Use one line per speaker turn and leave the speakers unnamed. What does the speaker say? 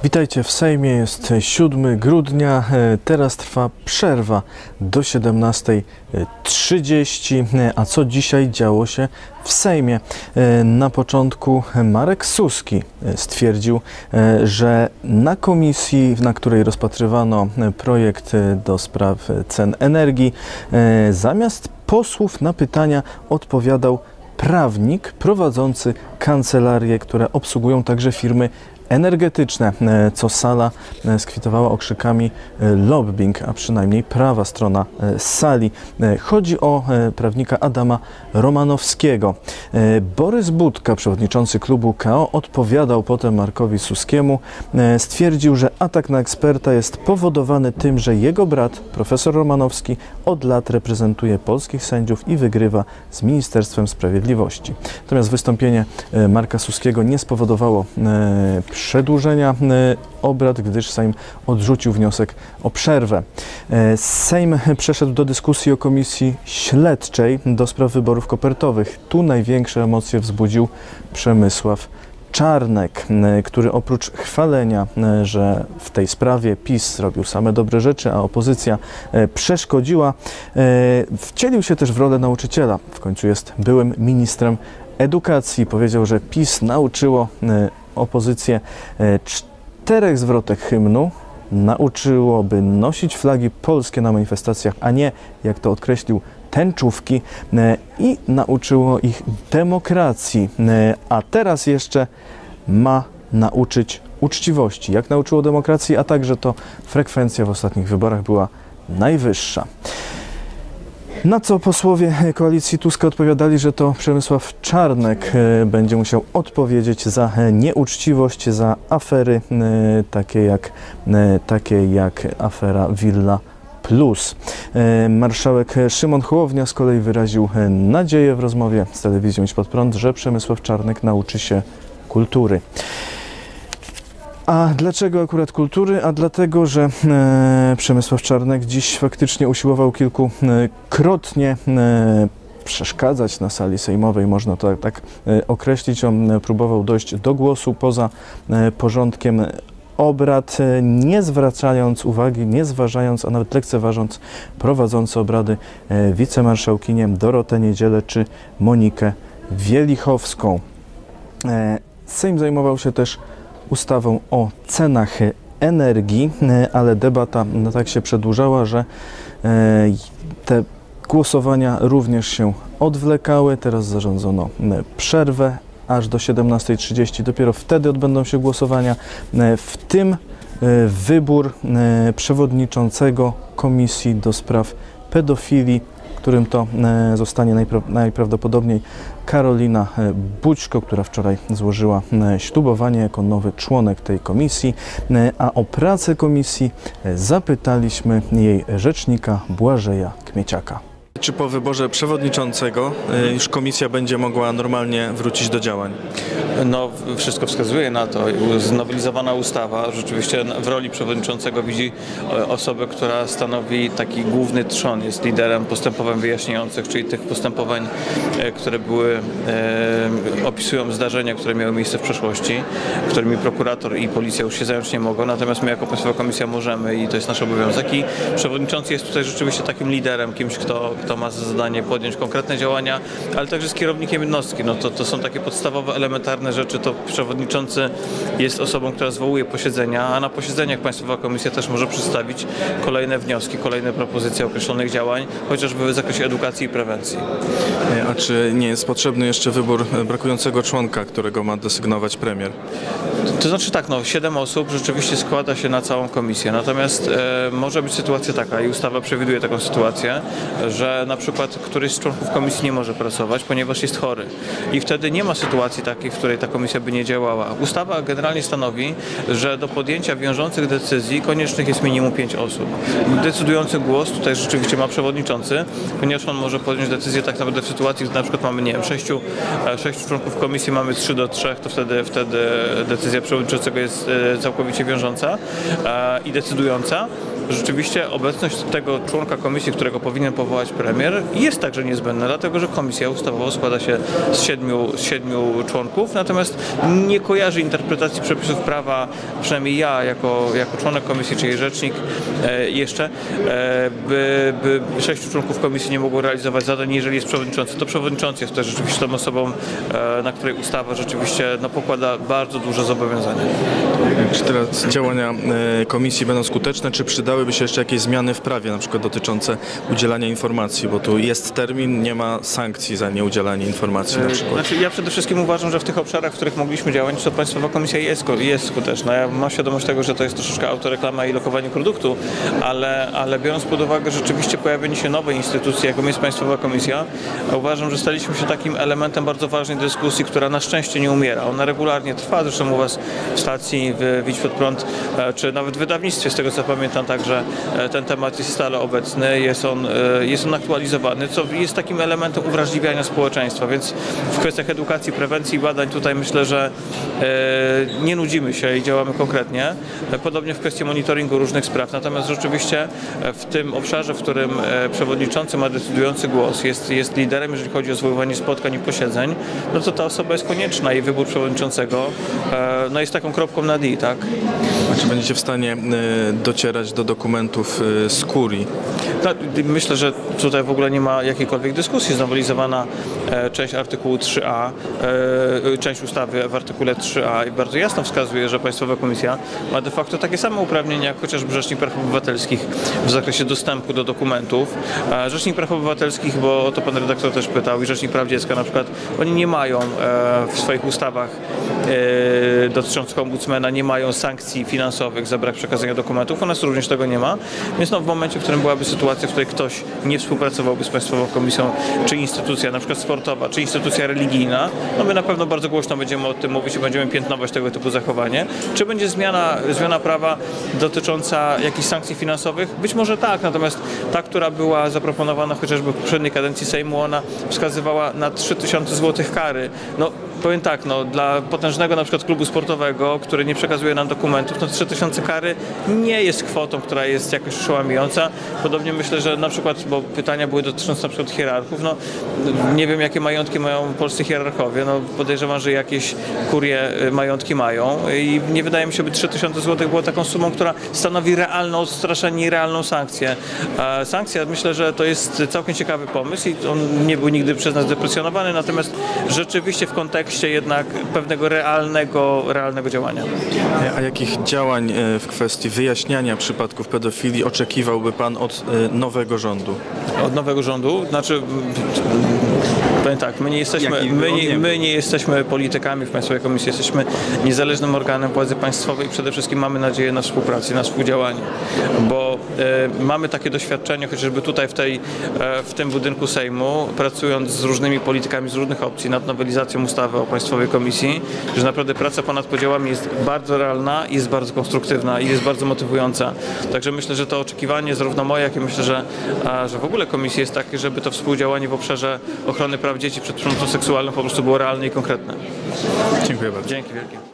Witajcie w Sejmie, jest 7 grudnia, teraz trwa przerwa do 17:30. A co dzisiaj działo się w Sejmie? Na początku Marek Suski stwierdził, że na komisji, na której rozpatrywano projekt do spraw cen energii, zamiast posłów na pytania odpowiadał prawnik prowadzący kancelarię, które obsługują także firmy energetyczne, co sala skwitowała okrzykami lobbying, a przynajmniej prawa strona sali. Chodzi o prawnika Adama Romanowskiego. Borys Budka, przewodniczący klubu KO, odpowiadał potem Markowi Suskiemu. Stwierdził, że atak na eksperta jest powodowany tym, że jego brat, profesor Romanowski, od lat reprezentuje polskich sędziów i wygrywa z Ministerstwem Sprawiedliwości. Natomiast wystąpienie Marka Suskiego nie spowodowało przedłużenia obrad, gdyż Sejm odrzucił wniosek o przerwę. Sejm przeszedł do dyskusji o komisji śledczej do spraw wyborów kopertowych. Tu największe emocje wzbudził Przemysław Czarnek, który oprócz chwalenia, że w tej sprawie PiS robił same dobre rzeczy, a opozycja przeszkodziła, wcielił się też w rolę nauczyciela. W końcu jest byłym ministrem edukacji. Powiedział, że PiS nauczyło opozycję 4 zwrotek hymnu, nauczyłoby nosić flagi polskie na manifestacjach, a nie, jak to określił, tęczówki, i nauczyło ich demokracji. A teraz jeszcze ma nauczyć uczciwości. Jak nauczyło demokracji, a także to frekwencja w ostatnich wyborach była najwyższa. Na co posłowie koalicji Tuska odpowiadali, że to Przemysław Czarnek będzie musiał odpowiedzieć za nieuczciwość, za afery takie jak afera Villa Plus. Marszałek Szymon Hołownia z kolei wyraził nadzieję w rozmowie z telewizją Idź Pod Prąd, że Przemysław Czarnek nauczy się kultury. A dlaczego akurat kultury? A dlatego, że Przemysław Czarnek dziś faktycznie usiłował kilkukrotnie przeszkadzać na sali sejmowej, można to tak określić. On próbował dojść do głosu poza porządkiem obrad, nie zwracając uwagi, nie zważając, a nawet lekceważąc prowadzące obrady wicemarszałkinię Dorotę Niedzielę czy Monikę Wielichowską. Sejm zajmował się też ustawą o cenach energii, ale debata tak się przedłużała, że te głosowania również się odwlekały. Teraz zarządzono przerwę aż do 17:30. Dopiero wtedy odbędą się głosowania, w tym wybór przewodniczącego Komisji do Spraw Pedofilii, którym to zostanie najprawdopodobniej Karolina Bućko, która wczoraj złożyła ślubowanie jako nowy członek tej komisji, a o pracę komisji zapytaliśmy jej rzecznika Błażeja Kmieciaka. Czy po wyborze przewodniczącego już komisja będzie mogła normalnie wrócić do działań?
No, wszystko wskazuje na to. Znowelizowana ustawa rzeczywiście w roli przewodniczącego widzi osobę, która stanowi taki główny trzon, jest liderem postępowań wyjaśniających, czyli tych postępowań, które opisują zdarzenia, które miały miejsce w przeszłości, którymi prokurator i policja już się zająć nie mogą, natomiast my jako Państwowa Komisja możemy i to jest nasz obowiązek. I przewodniczący jest tutaj rzeczywiście takim liderem, kimś, kto ma za zadanie podjąć konkretne działania, ale także jest kierownikiem jednostki. No to są takie podstawowe, elementarne rzeczy. To przewodniczący jest osobą, która zwołuje posiedzenia, a na posiedzeniach Państwowa Komisja też może przedstawić kolejne wnioski, kolejne propozycje określonych działań, chociażby w zakresie edukacji i prewencji.
A czy nie jest potrzebny jeszcze wybór brakującego członka, którego ma desygnować premier?
To znaczy tak, 7 osób rzeczywiście składa się na całą komisję, natomiast może być sytuacja taka i ustawa przewiduje taką sytuację, że na przykład któryś z członków komisji nie może pracować, ponieważ jest chory i wtedy nie ma sytuacji takiej, w której ta komisja by nie działała. Ustawa generalnie stanowi, że do podjęcia wiążących decyzji koniecznych jest minimum 5 osób. Decydujący głos tutaj rzeczywiście ma przewodniczący, ponieważ on może podjąć decyzję tak naprawdę w sytuacji, gdy na przykład mamy, nie wiem, 6 członków komisji, mamy 3-3, to wtedy decyzja przewodniczącego jest całkowicie wiążąca i decydująca. rzeczywiście obecność tego członka komisji, którego powinien powołać premier, jest także niezbędna, dlatego że komisja ustawowo składa się z siedmiu członków, natomiast nie kojarzy interpretacji przepisów prawa, przynajmniej ja jako członek komisji, czy jej rzecznik jeszcze, by 6 członków komisji nie mogło realizować zadań, jeżeli jest przewodniczący. To przewodniczący jest też rzeczywiście tą osobą, na której ustawa rzeczywiście pokłada bardzo duże zobowiązania.
Czy teraz działania komisji będą skuteczne, czy przydałyby się jeszcze jakieś zmiany w prawie, na przykład dotyczące udzielania informacji, bo tu jest termin, nie ma sankcji za nieudzielanie informacji na przykład.
Znaczy, ja przede wszystkim uważam, że w tych obszarach, w których mogliśmy działać, to Państwowa Komisja jest skuteczna. Ja mam świadomość tego, że to jest troszeczkę autoreklama i lokowanie produktu, ale biorąc pod uwagę rzeczywiście pojawienie się nowej instytucji, jaką jest Państwowa Komisja, uważam, że staliśmy się takim elementem bardzo ważnej dyskusji, która na szczęście nie umiera. Ona regularnie trwa, zresztą u Was w stacji, w Idź Pod Prąd, czy nawet w wydawnictwie, z tego co pamiętam, także ten temat jest stale obecny, jest on aktualizowany, co jest takim elementem uwrażliwiania społeczeństwa, więc w kwestiach edukacji, prewencji i badań tutaj myślę, że nie nudzimy się i działamy konkretnie. Podobnie w kwestii monitoringu różnych spraw, natomiast rzeczywiście w tym obszarze, w którym przewodniczący ma decydujący głos, jest liderem, jeżeli chodzi o zwoływanie spotkań i posiedzeń, no to ta osoba jest konieczna i wybór przewodniczącego jest taką kropką na D, tak?
A czy będziecie w stanie docierać do dokumentów z kurii?
No, myślę, że tutaj w ogóle nie ma jakiejkolwiek dyskusji. Znowelizowana część artykułu 3a, część ustawy w artykule 3a i bardzo jasno wskazuje, że Państwowa Komisja ma de facto takie same uprawnienia jak chociażby Rzecznik Praw Obywatelskich w zakresie dostępu do dokumentów. Rzecznik Praw Obywatelskich, bo o to Pan redaktor też pytał, i Rzecznik Praw Dziecka na przykład, oni nie mają w swoich ustawach dotyczących ombudsmana, nie mają sankcji finansowych za brak przekazania dokumentów. U nas również tego nie ma. Więc w momencie, w którym byłaby sytuacja, w której ktoś nie współpracowałby z Państwową Komisją, czy instytucja na przykład sportowa, czy instytucja religijna, my na pewno bardzo głośno będziemy o tym mówić i będziemy piętnować tego typu zachowanie. Czy będzie zmiana prawa dotycząca jakichś sankcji finansowych? Być może tak, natomiast ta, która była zaproponowana chociażby w poprzedniej kadencji Sejmu, ona wskazywała na 3000 zł kary. Powiem tak, dla potężnego na przykład klubu sportowego, który nie przekazuje nam dokumentów, 3000 kary nie jest kwotą, która jest jakoś przełamiająca. Podobnie myślę, że na przykład, bo pytania były dotyczące na przykład hierarchów, nie wiem jakie majątki mają polscy hierarchowie, podejrzewam, że jakieś kurie majątki mają i nie wydaje mi się, by 3000 zł było taką sumą, która stanowi realne odstraszenie i realną sankcję. Sankcja, myślę, że to jest całkiem ciekawy pomysł i on nie był nigdy przez nas deprecjonowany, natomiast rzeczywiście w kontekście jednak pewnego realnego działania.
A jakich działań w kwestii wyjaśniania przypadków pedofilii oczekiwałby Pan od nowego rządu?
Od nowego rządu? Znaczy, powiem tak, my nie jesteśmy politykami w Państwowej Komisji, jesteśmy niezależnym organem władzy państwowej i przede wszystkim mamy nadzieję na współpracę, na współdziałanie, bo mamy takie doświadczenie, chociażby tutaj w tym budynku Sejmu, pracując z różnymi politykami z różnych opcji nad nowelizacją ustawy o Państwowej Komisji, że naprawdę praca ponad podziałami jest bardzo realna, jest bardzo konstruktywna i jest bardzo motywująca. Także myślę, że to oczekiwanie zarówno moje, jak i myślę, że w ogóle komisji jest takie, żeby to współdziałanie w obszarze ochrony praw dzieci przed przemocą seksualną po prostu było realne i konkretne.
Dziękuję bardzo.
Dzięki wielkie.